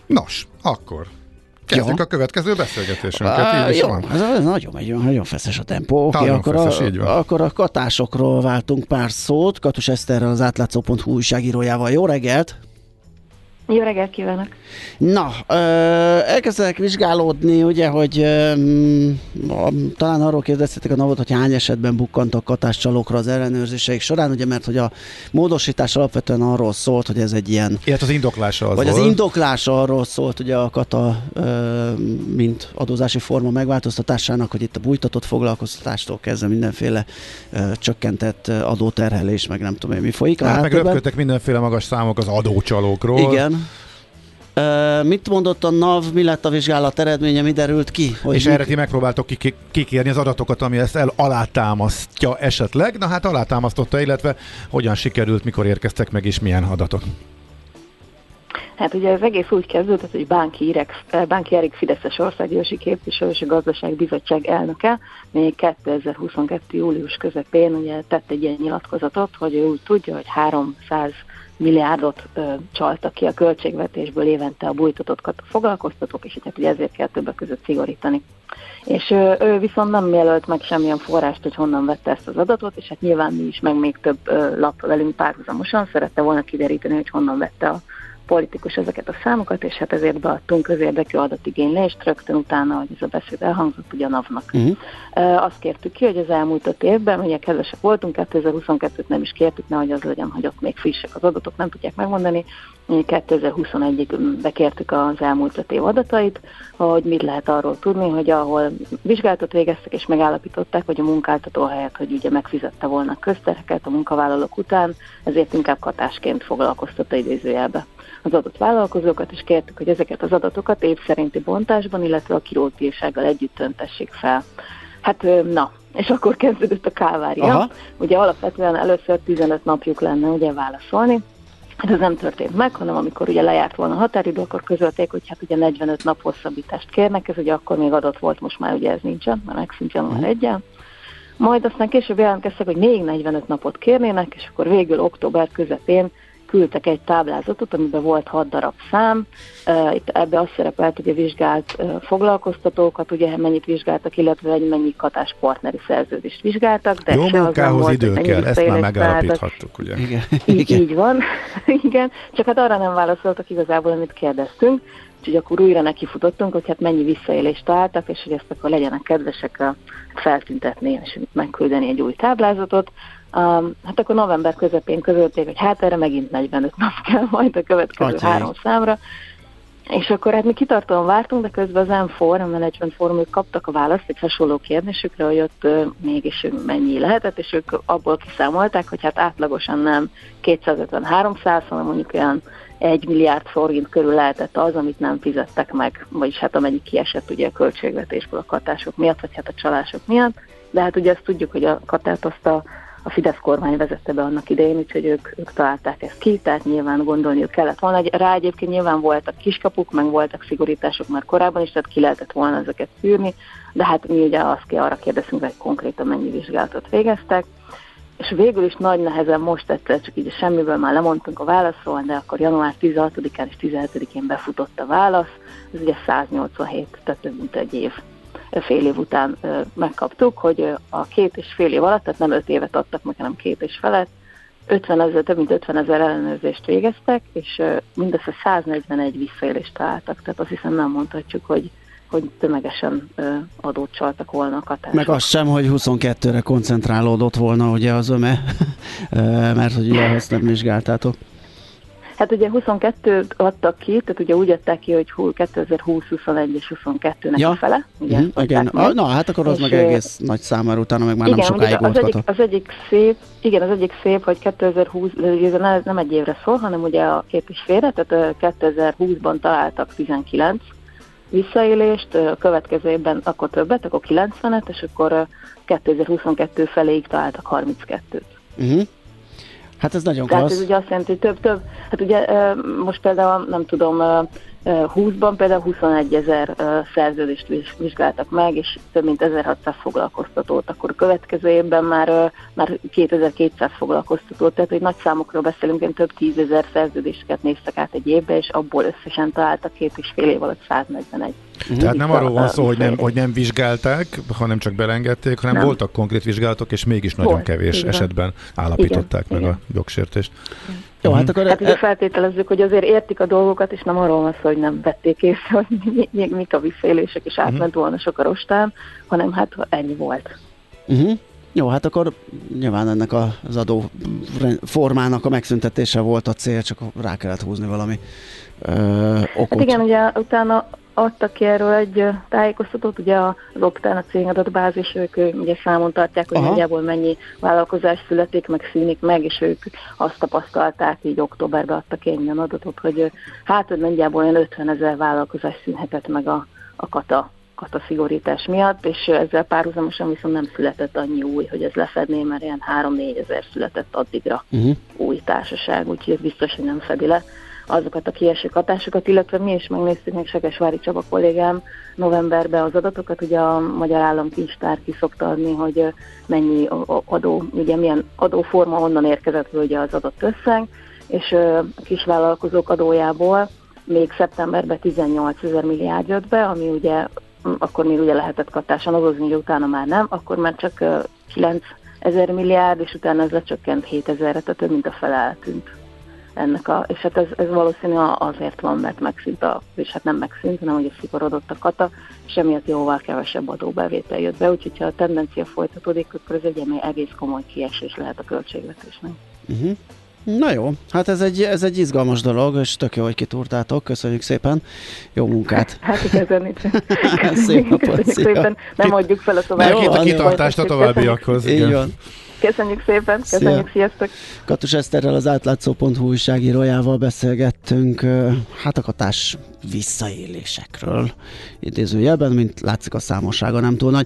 Nos, akkor kezdjük a következő beszélgetésünket. Jó, ez nagyon feszes a tempó. Oké, akkor a katásokról váltunk pár szót. Katus Eszterrel, az átlátszó.hu újságírójával. Jó reggelt! Jó reggelt kívánok! Na, elkezdek vizsgálódni, ugye, hogy talán arról kérdeztétek a NAV-ot, hogy hány esetben bukkantak katáscsalókra az ellenőrzéseik során, ugye, mert hogy a módosítás alapvetően arról szólt, hogy ez egy ilyen... Ilyet az indoklása az vagy volt. Az indoklása arról szólt, ugye a kata, mint adózási forma megváltoztatásának, hogy itt a bújtatott foglalkoztatástól kezdve mindenféle csökkentett adóterhelés, meg nem tudom én mi folyik. Hát meg röpködtek mindenféle magas számok az adócsalókról. Igen. Mit mondott a NAV, mi lett a vizsgálat eredménye, mi derült ki? És erre ti megpróbáltok kikérni az adatokat, ami ezt alátámasztja esetleg. Na hát alátámasztotta, illetve hogyan sikerült, mikor érkeztek meg, és milyen adatok? Hát ugye az egész úgy kezdődött, hogy Bánki Erik Fideszes országgyűlési képviselő és a Gazdaságbizottság elnöke még 2022. július közepén ugye tett egy ilyen nyilatkozatot, hogy ő úgy tudja, hogy 300 milliárdot csaltak ki a költségvetésből évente a bújtatottakat a foglalkoztatók, és hát ugye ezért kell többek között szigorítani. És ő viszont nem jelölt meg semmilyen forrást, hogy honnan vette ezt az adatot, és hát nyilván mi is, meg még több lap velünk párhuzamosan szerette volna kideríteni, hogy honnan vette a politikus ezeket a számokat, és hát ezért beadtunk közérdekű adatigénylést rögtön utána, hogy ez a beszéd elhangzott, ugye a NAV-nak. Azt kértük ki, hogy az elmúlt 5 évben, ugye kedvesek voltunk, 2022-t nem is kértük, nehogy az legyen, hogy ott még frissek az adatok, nem tudják megmondani. 2021-ig bekértük az elmúlt 5 év adatait, hogy mit lehet arról tudni, hogy ahol vizsgálatot végeztek és megállapították, hogy a munkáltató helyett, hogy ugye megfizette volna a közterheket a munkavállalók után, ezért inkább katásként foglalkoztatta idézőjelbe az adott vállalkozókat, és kértük, hogy ezeket az adatokat év szerinti bontásban, illetve a kirótírsággal együtt öntessék fel. Hát na, és akkor kezdődött a kávária. Aha. Ugye alapvetően először 15 napjuk lenne ugye válaszolni. Hát ez nem történt meg, hanem amikor ugye lejárt volna a határidő, akkor közölték, hogy hát ugye 45 nap hosszabbítást kérnek, ez ugye akkor még adott volt, most már ugye ez nincsen, mert megszűnt január 1-en. Majd aztán később jelentkeztek, hogy még 45 napot kérnének, és akkor végül október közepén küldtek egy táblázatot, amiben volt 6 darab szám. Itt ebbe az szerepelt, hogy a vizsgált foglalkoztatókat, ugye mennyit vizsgáltak, illetve mennyi katáspartneri szerződést vizsgáltak. De jó munkához idő kell, ezt már megállapíthattuk, ugye? Igen. Így van, igen. Csak hát arra nem válaszoltak igazából, amit kérdeztünk. Úgyhogy akkor újra nekifutottunk, hogy hát mennyi visszaélést találtak, és hogy ezt akkor legyenek kedvesek feltüntetni, és megküldeni egy új táblázatot. Hát akkor november közepén közölték, hogy hát erre megint 45 nap kell majd a következő 3 számra. És akkor hát mi kitartóan vártunk, de közben az M4, a Management Forum, ők kaptak a választ egy hasonló kérdésükre, hogy ott mégis mennyi lehetett, és ők abból kiszámolták, hogy hát átlagosan nem 250-300, hanem mondjuk olyan 1 milliárd forint körül lehetett az, amit nem fizettek meg, vagyis hát amennyi kiesett ugye a költségvetésből a katások miatt, vagy hát a csalások miatt. De hát ugye azt tudjuk, hogy a katát azt a Fidesz kormány vezette be annak idején, úgyhogy ők találták ezt ki, tehát nyilván gondolniuk kellett volna. Rá egyébként nyilván voltak kiskapuk, meg voltak szigorítások már korábban is, tehát ki lehetett volna ezeket szűrni, de hát mi ugye arra kérdezünk, hogy konkrétan mennyi vizsgálatot végeztek, és végül is nagy nehezen most egyszer csak így semmiből már lemondtunk a válaszról, de akkor január 16-án és 17-én befutott a válasz, ez ugye 187, tehát több mint egy év. Fél év után megkaptuk, hogy a 2,5 év alatt, tehát nem 5 évet adtak meg, hanem 2,5 évet, több mint 50 000 ellenőrzést végeztek, és mindössze 141 visszaélést találtak. Tehát azt hiszem nem mondhatjuk, hogy tömegesen adót csaltak volna a katások. Meg az sem, hogy 22-re koncentrálódott volna ugye az öme, mert hogy ugye ezt nem vizsgáltátok. Hát ugye 22-t adtak ki, tehát ugye úgy adták ki, hogy 2020, 21 és 22-nek a fele. Ugye, igen. Na, hát akkor az meg egész nagy számára utána, meg már igen, nem sokáig oldható. Az egyik szép, hogy 2020, ez nem egy évre szól, hanem ugye a 2,5-re, tehát 2020-ban találtak 19 visszaélést, a következő évben akkor többet, akkor 90-et, és akkor 2022 feléig találtak 32-t. Hát ez nagyon Tehát klassz. ez ugye azt jelenti, hogy több, hát ugye most például, nem tudom, 20-ban például 21 000 szerződést vizsgáltak meg, és több mint 1600 foglalkoztatót, akkor a következő évben már 2200 foglalkoztatót, tehát hogy nagy számokról beszélünk, én több 10 000 szerződéseket néztek át egy évbe, és abból összesen találtak 2,5 év alatt 141. Tehát nem arról van szó, hogy nem vizsgálták, hanem csak belengedték, hanem voltak konkrét vizsgálatok, és mégis nagyon kevés esetben állapították meg a jogsértést. Jó, hát akkor... Hát ugye feltételezzük, hogy azért értik a dolgokat, és nem arról van szó, hogy nem vették észre, hogy mik a visszaélések, és átment volna sok a rostán, hanem hát ennyi volt. Jó, hát akkor nyilván ennek az adó formának a megszüntetése volt a cél, csak rá kellett húzni valami okot. Hát igen, ugye utána adtak ki erről egy tájékoztatót, ugye az Optán, a cégadatbázis, ők ugye számon tartják, hogy nagyjából mennyi vállalkozás születik, meg szűnik meg, és ők azt tapasztalták, így októberben adtak ki egy adatot, hogy hát nagyjából olyan 50 000 vállalkozás szűnhetett meg a kata szigorítás miatt, és ezzel párhuzamosan viszont nem született annyi új, hogy ez lefedné, mert ilyen 3-4 000 született addigra új társaság, úgyhogy ez biztos, hogy nem fedi le azokat a kieső hatásokat, illetve mi is megnéztük, még Segesvári Csaba kollégám novemberben az adatokat, ugye a Magyar Államkincstár ki szokta adni, hogy mennyi adó, ugye milyen adóforma, honnan érkezett ugye az adott összeg, és a kisvállalkozók adójából még szeptemberben 18 000 milliárd jött be, ami ugye akkor még ugye lehetett kattásan adózni, ugye utána már nem, akkor már csak 9 000 milliárd, és utána ez lecsökkent 7 000-re, tehát több mint a fele eltűnt és hát ez valószínűleg azért van, mert megszűnt és hát nem megszűnt, hanem hogy szigorodott a kata, és emiatt jóval kevesebb adóbevétel jött be, úgyhogy ha a tendencia folytatódik, akkor ez egy egész komoly kiesés lehet a költségvetésnek. Na jó, hát ez egy izgalmas dolog, és tök jó, hogy kitúrtátok, köszönjük szépen, jó munkát! Hát igazán Szép napot, szépen, nem adjuk fel a további. A kitartást a továbbiakhoz. Így van. Köszönjük szépen, köszönjük, sziasztok! Katus Eszterrel, az átlátszó.hu újságírójával beszélgettünk hát a katás visszaélésekről idézőjelben, mint látszik a számossága nem túl nagy.